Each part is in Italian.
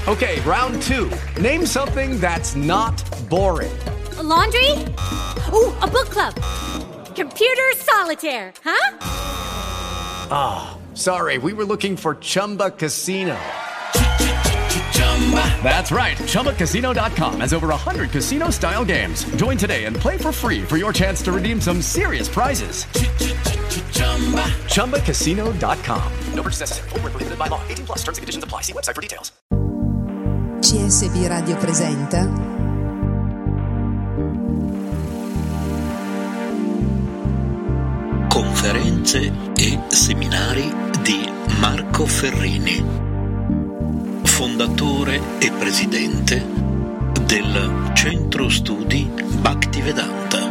Okay, round two. Name something that's not boring. A laundry? Ooh, a book club. Computer solitaire, huh? Ah, sorry, we were looking for Chumba Casino. That's right, ChumbaCasino.com has over 100 casino-style games. Join today and play for free for your chance to redeem some serious prizes. ChumbaCasino.com. No purchase necessary. Void where prohibited by law. 18+ terms and conditions apply. See website for details. CSB Radio presenta Conferenze e seminari di Marco Ferrini, fondatore e presidente del Centro Studi Bhaktivedanta.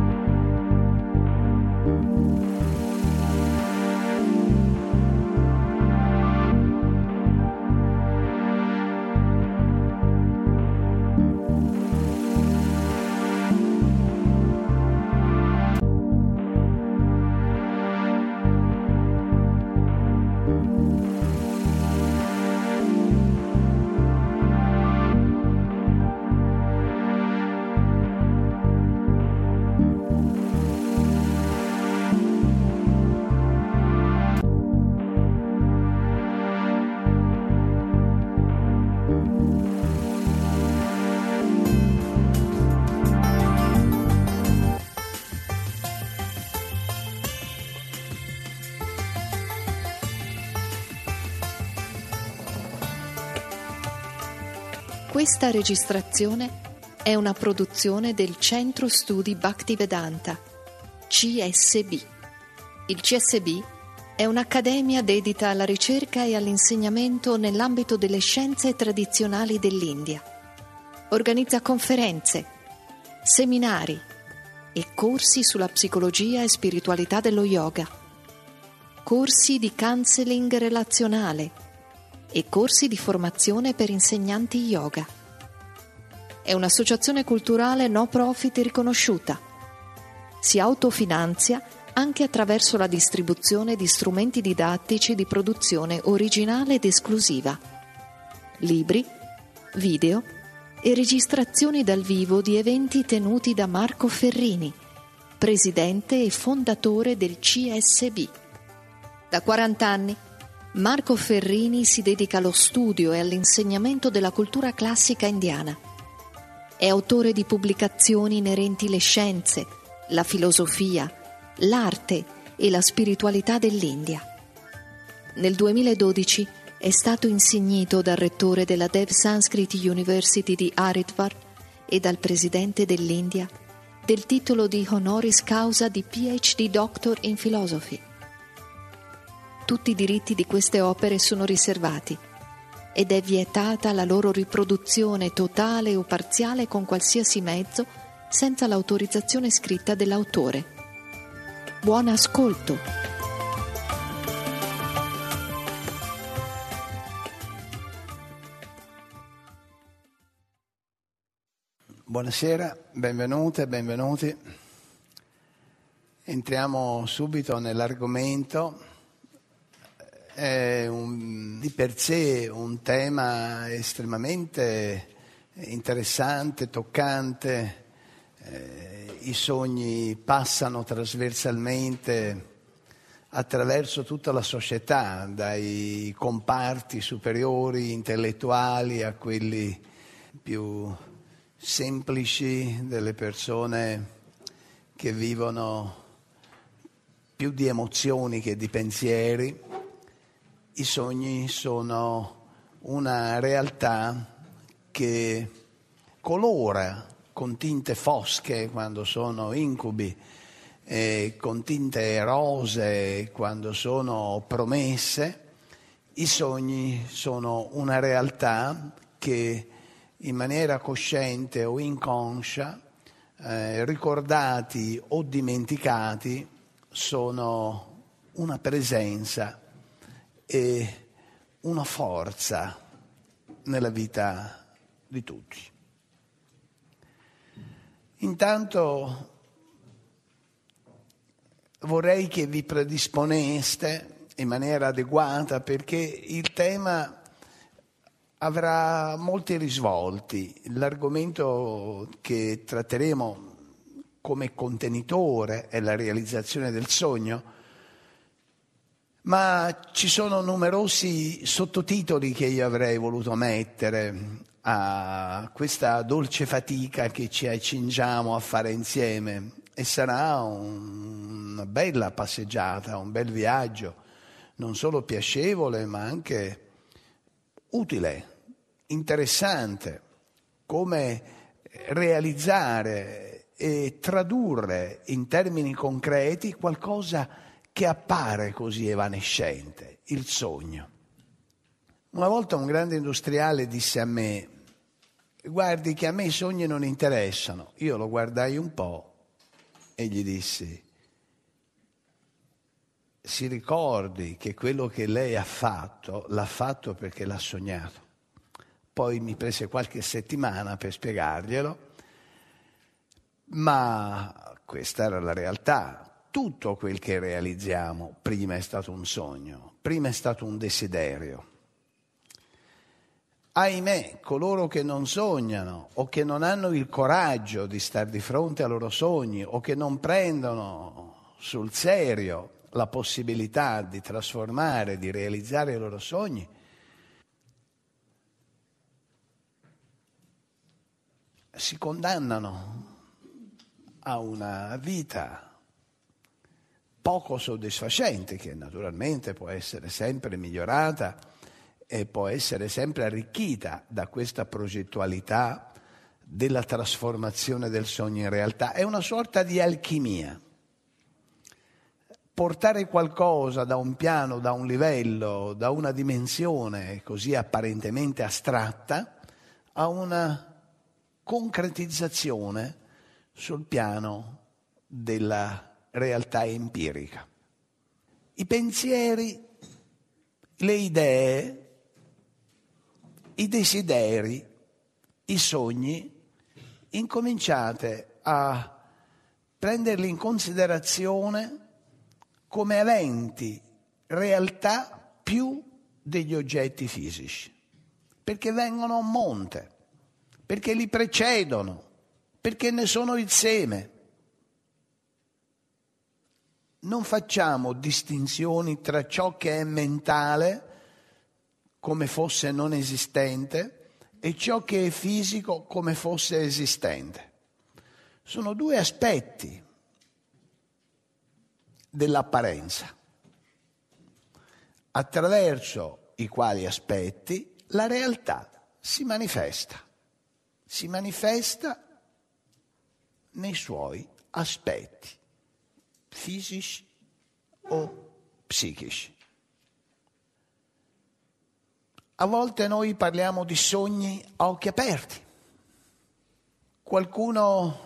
Questa registrazione è una produzione del Centro Studi Bhaktivedanta, CSB. Il CSB è un'accademia dedita alla ricerca e all'insegnamento nell'ambito delle scienze tradizionali dell'India. Organizza conferenze, seminari e corsi sulla psicologia e spiritualità dello yoga, corsi di counseling relazionale e corsi di formazione per insegnanti yoga. È un'associazione culturale no profit riconosciuta. Si autofinanzia anche attraverso la distribuzione di strumenti didattici di produzione originale ed esclusiva, libri, video e registrazioni dal vivo di eventi tenuti da Marco Ferrini, presidente e fondatore del CSB. Da 40 anni Marco Ferrini si dedica allo studio e all'insegnamento della cultura classica indiana. È autore di pubblicazioni inerenti alle scienze, la filosofia, l'arte e la spiritualità dell'India. Nel 2012 è stato insignito dal rettore della Dev Sanskrit University di Haridwar e dal presidente dell'India del titolo di honoris causa di PhD Doctor in Philosophy. Tutti i diritti di queste opere sono riservati ed è vietata la loro riproduzione totale o parziale con qualsiasi mezzo senza l'autorizzazione scritta dell'autore. Buon ascolto! Buonasera, benvenute e benvenuti. Entriamo subito nell'argomento. È di per sé un tema estremamente interessante, toccante. I sogni passano trasversalmente attraverso tutta la società, dai comparti superiori intellettuali a quelli più semplici delle persone che vivono più di emozioni che di pensieri. I sogni sono una realtà che colora con tinte fosche quando sono incubi, con tinte rosee quando sono promesse. I sogni sono una realtà che in maniera cosciente o inconscia, ricordati o dimenticati, sono una presenza e una forza nella vita di tutti. Intanto vorrei che vi predisponeste in maniera adeguata, perché il tema avrà molti risvolti. L'argomento che tratteremo come contenitore è la realizzazione del sogno, ma ci sono numerosi sottotitoli che io avrei voluto mettere a questa dolce fatica che ci accingiamo a fare insieme, e sarà una bella passeggiata, un bel viaggio, non solo piacevole ma anche utile, interessante, come realizzare e tradurre in termini concreti qualcosa che appare così evanescente, il sogno. Una volta un grande industriale disse a me: guardi che a me i sogni non interessano. Io lo guardai un po' e gli dissi: si ricordi che quello che lei ha fatto, l'ha fatto perché l'ha sognato. Poi mi prese qualche settimana per spiegarglielo, ma questa era la realtà. Tutto quel che realizziamo prima è stato un sogno, prima è stato un desiderio. Ahimè, coloro che non sognano o che non hanno il coraggio di star di fronte ai loro sogni o che non prendono sul serio la possibilità di trasformare, di realizzare i loro sogni, si condannano a una vita poco soddisfacente, che naturalmente può essere sempre migliorata e può essere sempre arricchita da questa progettualità della trasformazione del sogno in realtà. È una sorta di alchimia. Portare qualcosa da un piano, da un livello, da una dimensione così apparentemente astratta a una concretizzazione sul piano della realtà empirica. I pensieri, le idee, i desideri, i sogni, incominciate a prenderli in considerazione come aventi realtà più degli oggetti fisici, perché vengono a monte, perché li precedono, perché ne sono il seme. Non facciamo distinzioni tra ciò che è mentale, come fosse non esistente, e ciò che è fisico, come fosse esistente. Sono due aspetti dell'apparenza, attraverso i quali aspetti la realtà si manifesta nei suoi aspetti fisici o psichici. A volte noi parliamo di sogni a occhi aperti. Qualcuno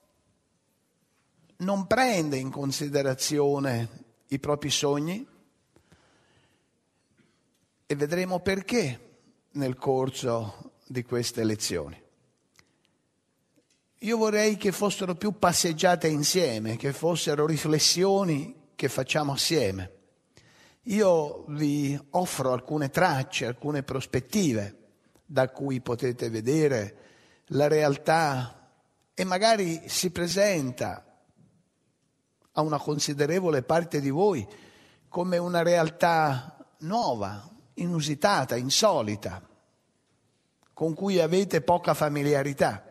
non prende in considerazione i propri sogni e vedremo perché nel corso di queste lezioni. Io vorrei che fossero più passeggiate insieme, che fossero riflessioni che facciamo assieme. Io vi offro alcune tracce, alcune prospettive da cui potete vedere la realtà e magari si presenta a una considerevole parte di voi come una realtà nuova, inusitata, insolita, con cui avete poca familiarità.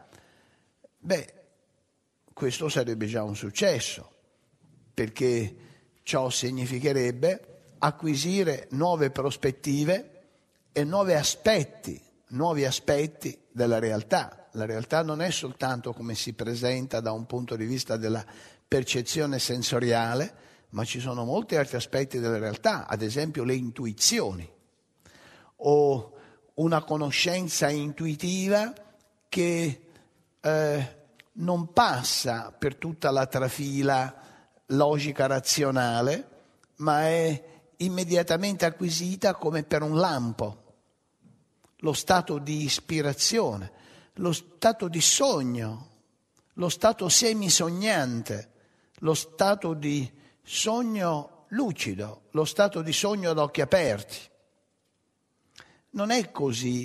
Questo sarebbe già un successo, perché ciò significherebbe acquisire nuove prospettive e nuovi aspetti della realtà. La realtà non è soltanto come si presenta da un punto di vista della percezione sensoriale, ma ci sono molti altri aspetti della realtà, ad esempio le intuizioni o una conoscenza intuitiva che non passa per tutta la trafila logica razionale, ma è immediatamente acquisita come per un lampo. Lo stato di ispirazione, lo stato di sogno, lo stato semisognante, lo stato di sogno lucido, lo stato di sogno ad occhi aperti. Non è così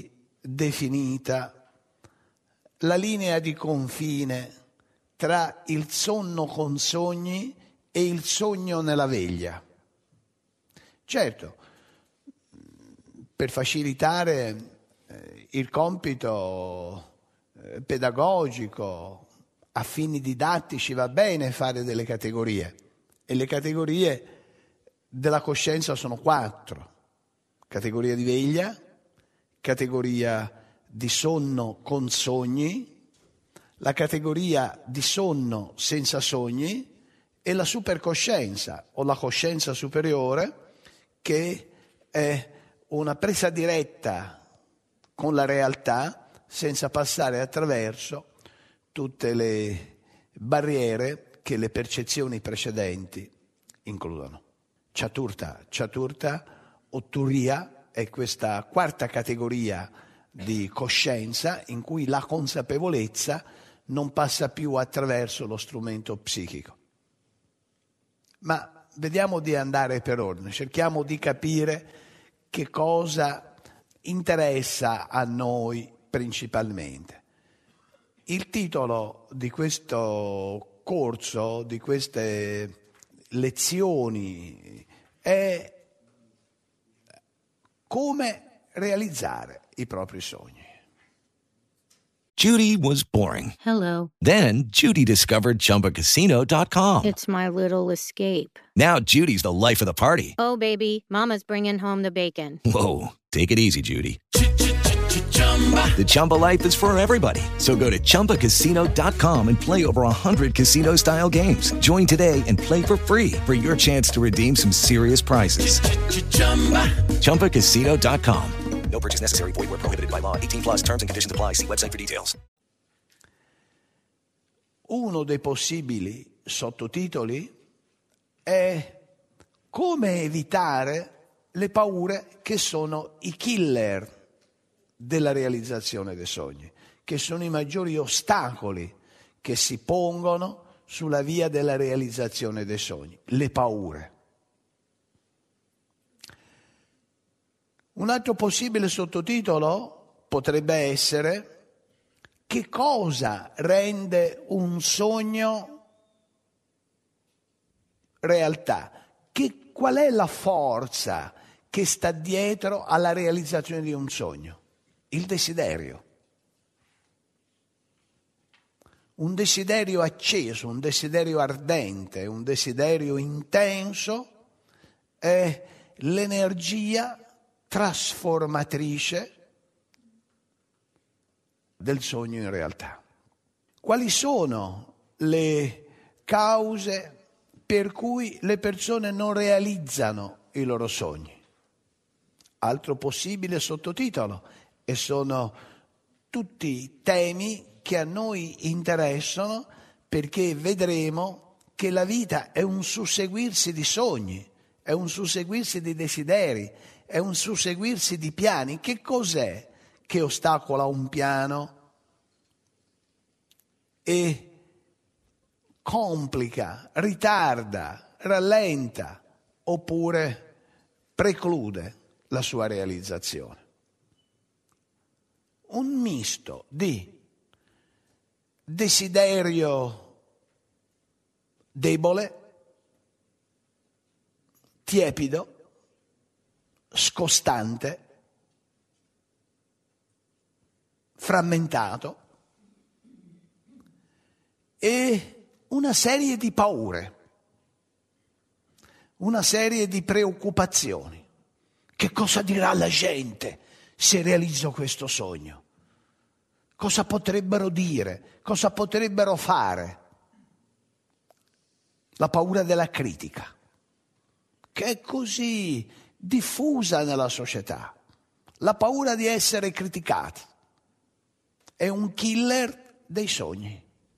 definita la linea di confine tra il sonno con sogni e il sogno nella veglia. Certo, per facilitare il compito pedagogico a fini didattici va bene fare delle categorie, e le categorie della coscienza sono 4: categoria di veglia, categoria di sonno con sogni, la categoria di sonno senza sogni e la supercoscienza o la coscienza superiore, che è una presa diretta con la realtà senza passare attraverso tutte le barriere che le percezioni precedenti includono. Chaturta o Turiya è questa 4ª categoria di coscienza in cui la consapevolezza non passa più attraverso lo strumento psichico. Ma vediamo di andare per ordine, cerchiamo di capire che cosa interessa a noi principalmente. Il titolo di questo corso, di queste lezioni, è come realizzare i propri sogni. Judy was boring. Hello. Then Judy discovered ChumbaCasino.com. It's my little escape. Now Judy's the life of the party. Oh, baby, mama's bringing home the bacon. Whoa, take it easy, Judy. The Chumba life is for everybody. So go to ChumbaCasino.com and play over 100 casino-style games. Join today and play for free for your chance to redeem some serious prizes. ChumbaCasino.com. No purchase necessary. Void where prohibited by law. 18+ terms and conditions apply. See website for details. Uno dei possibili sottotitoli è come evitare le paure che sono i killer della realizzazione dei sogni, che sono i maggiori ostacoli che si pongono sulla via della realizzazione dei sogni, le paure. Un altro possibile sottotitolo potrebbe essere: che cosa rende un sogno realtà? Qual è la forza che sta dietro alla realizzazione di un sogno? Il desiderio. Un desiderio acceso, un desiderio ardente, un desiderio intenso è l'energia trasformatrice del sogno in realtà. Quali sono le cause per cui le persone non realizzano i loro sogni? Altro possibile sottotitolo, e sono tutti temi che a noi interessano, perché vedremo che la vita è un susseguirsi di sogni, è un susseguirsi di desideri, è un susseguirsi di piani. Che cos'è che ostacola un piano e complica, ritarda, rallenta oppure preclude la sua realizzazione? Un misto di desiderio debole, tiepido, scostante, frammentato e una serie di paure, una serie di preoccupazioni. Che cosa dirà la gente se realizzo questo sogno? Cosa potrebbero dire? Cosa potrebbero fare? La paura della critica, che è così diffusa nella società. La paura di essere criticati è un killer dei sogni.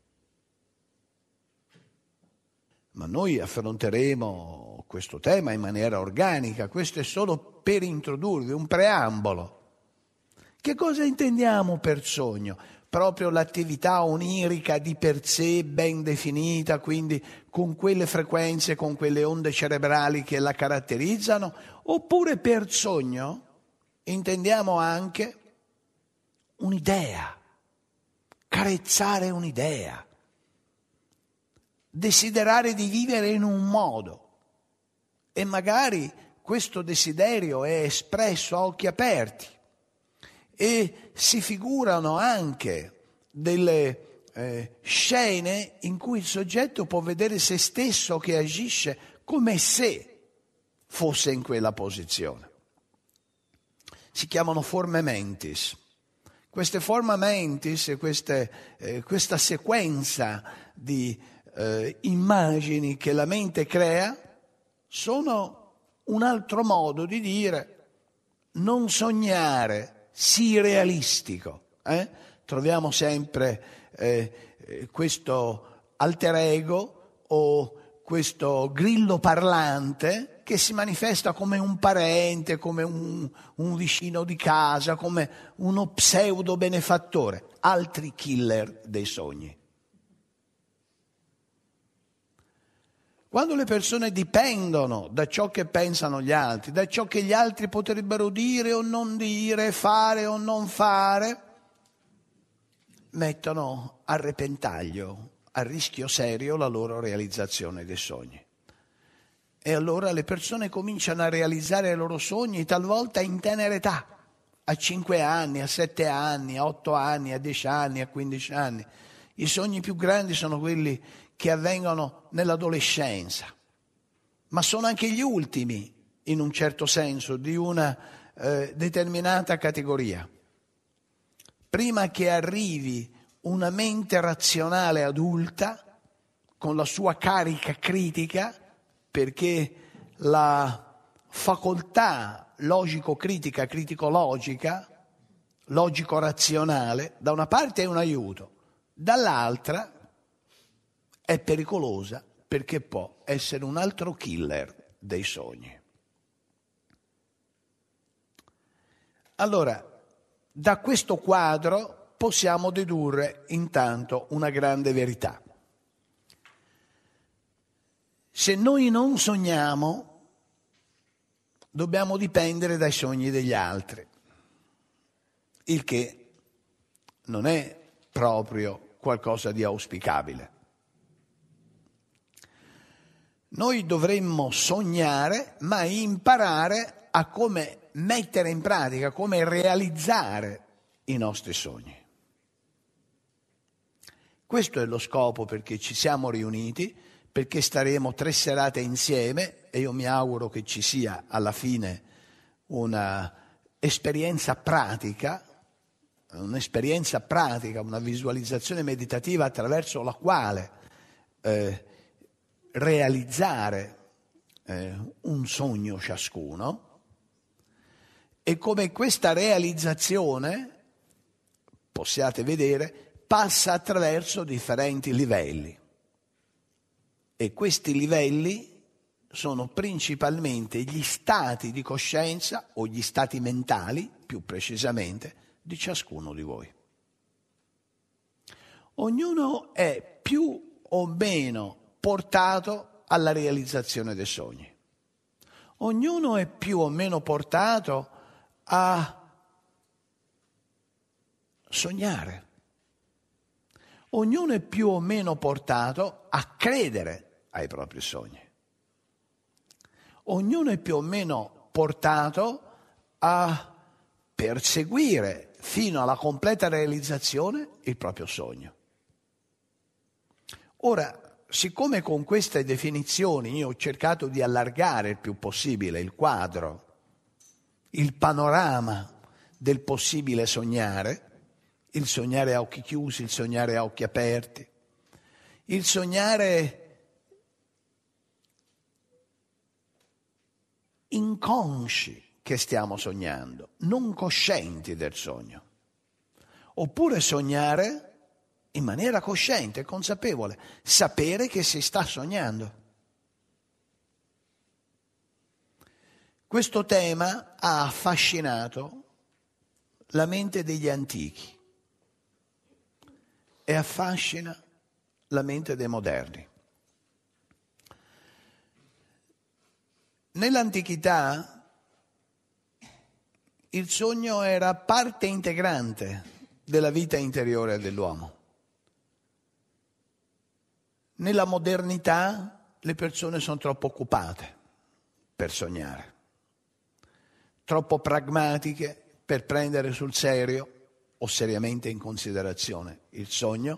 Ma noi affronteremo questo tema in maniera organica. Questo è solo per introdurvi un preambolo. Che cosa intendiamo per sogno? Proprio l'attività onirica di per sé ben definita, quindi con quelle frequenze, con quelle onde cerebrali che la caratterizzano? Oppure per sogno intendiamo anche un'idea, carezzare un'idea, desiderare di vivere in un modo, e magari questo desiderio è espresso a occhi aperti e si figurano anche delle scene in cui il soggetto può vedere se stesso che agisce come se fosse in quella posizione. Si chiamano forme mentis. Queste forma mentis e questa sequenza di immagini che la mente crea sono un altro modo di dire non sognare, sii realistico. Troviamo sempre questo alter ego o questo grillo parlante che si manifesta come un parente, come un vicino di casa, come uno pseudo benefattore, altri killer dei sogni. Quando le persone dipendono da ciò che pensano gli altri, da ciò che gli altri potrebbero dire o non dire, fare o non fare, mettono a repentaglio, a rischio serio la loro realizzazione dei sogni. E allora le persone cominciano a realizzare i loro sogni talvolta in tenera età, a 5 anni, a 7 anni, a 8 anni, a 10 anni, a 15 anni. I sogni più grandi sono quelli che avvengono nell'adolescenza, ma sono anche gli ultimi, in un certo senso, di una determinata categoria. Prima che arrivi una mente razionale adulta, con la sua carica critica, perché la facoltà logico-critica, critico-logica, logico-razionale, da una parte è un aiuto, dall'altra è pericolosa perché può essere un altro killer dei sogni. Allora, da questo quadro possiamo dedurre intanto una grande verità. Se noi non sogniamo, dobbiamo dipendere dai sogni degli altri, il che non è proprio qualcosa di auspicabile. Noi dovremmo sognare, ma imparare a come mettere in pratica, come realizzare i nostri sogni. Questo è lo scopo perché ci siamo riuniti, perché staremo 3 serate insieme e io mi auguro che ci sia alla fine una esperienza pratica, una visualizzazione meditativa attraverso la quale realizzare un sogno ciascuno, e come questa realizzazione, possiate vedere, passa attraverso differenti livelli. E questi livelli sono principalmente gli stati di coscienza o gli stati mentali, più precisamente, di ciascuno di voi. Ognuno è più o meno portato alla realizzazione dei sogni. Ognuno è più o meno portato a sognare. Ognuno è più o meno portato a credere ai propri sogni. Ognuno è più o meno portato a perseguire fino alla completa realizzazione il proprio sogno. Ora, siccome con queste definizioni io ho cercato di allargare il più possibile il quadro, il panorama del possibile sognare, il sognare a occhi chiusi, il sognare a occhi aperti, il sognare inconsci che stiamo sognando, non coscienti del sogno, oppure sognare in maniera cosciente e consapevole, sapere che si sta sognando. Questo tema ha affascinato la mente degli antichi e affascina la mente dei moderni. Nell'antichità il sogno era parte integrante della vita interiore dell'uomo. Nella modernità le persone sono troppo occupate per sognare, troppo pragmatiche per prendere sul serio o seriamente in considerazione il sogno,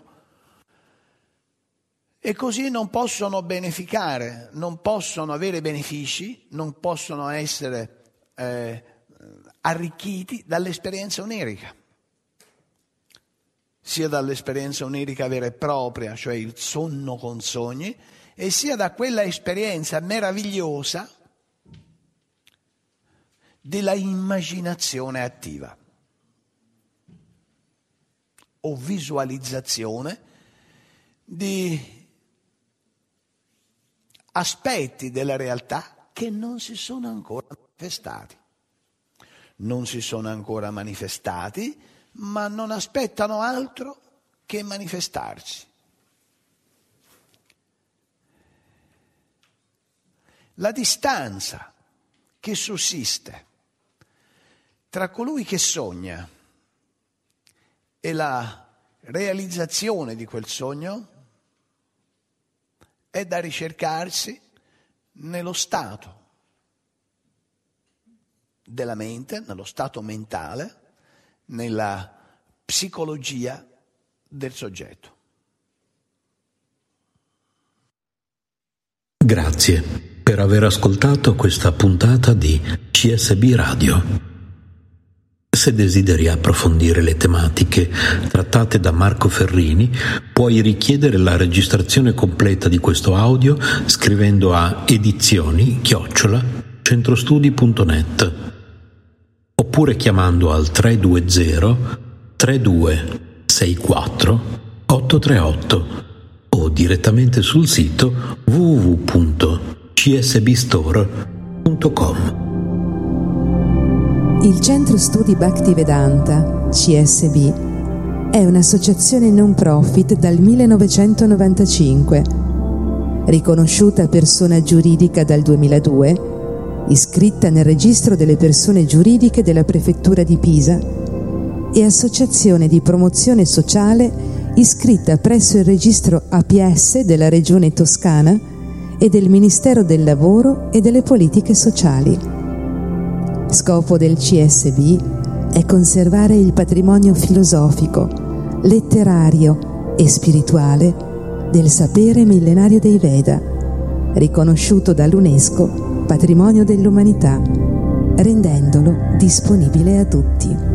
e così non possono beneficare, non possono avere benefici, non possono essere arricchiti dall'esperienza onirica, sia dall'esperienza onirica vera e propria, cioè il sonno con sogni, e sia da quella esperienza meravigliosa della immaginazione attiva o visualizzazione di aspetti della realtà che non si sono ancora manifestati. Non si sono ancora manifestati, ma non aspettano altro che manifestarsi. La distanza che sussiste tra colui che sogna e la realizzazione di quel sogno è da ricercarsi nello stato della mente, nello stato mentale, nella psicologia del soggetto. Grazie per aver ascoltato questa puntata di CSB Radio. Se desideri approfondire le tematiche trattate da Marco Ferrini, puoi richiedere la registrazione completa di questo audio scrivendo a edizioni@centrostudi.net oppure chiamando al 320 3264 838 o direttamente sul sito www.csbstore.com. Il Centro Studi Bhaktivedanta, CSB, è un'associazione non profit dal 1995, riconosciuta persona giuridica dal 2002, iscritta nel registro delle persone giuridiche della Prefettura di Pisa e associazione di promozione sociale iscritta presso il registro APS della Regione Toscana e del Ministero del Lavoro e delle Politiche Sociali. Scopo del CSB è conservare il patrimonio filosofico, letterario e spirituale del sapere millenario dei Veda, riconosciuto dall'UNESCO patrimonio dell'umanità, rendendolo disponibile a tutti.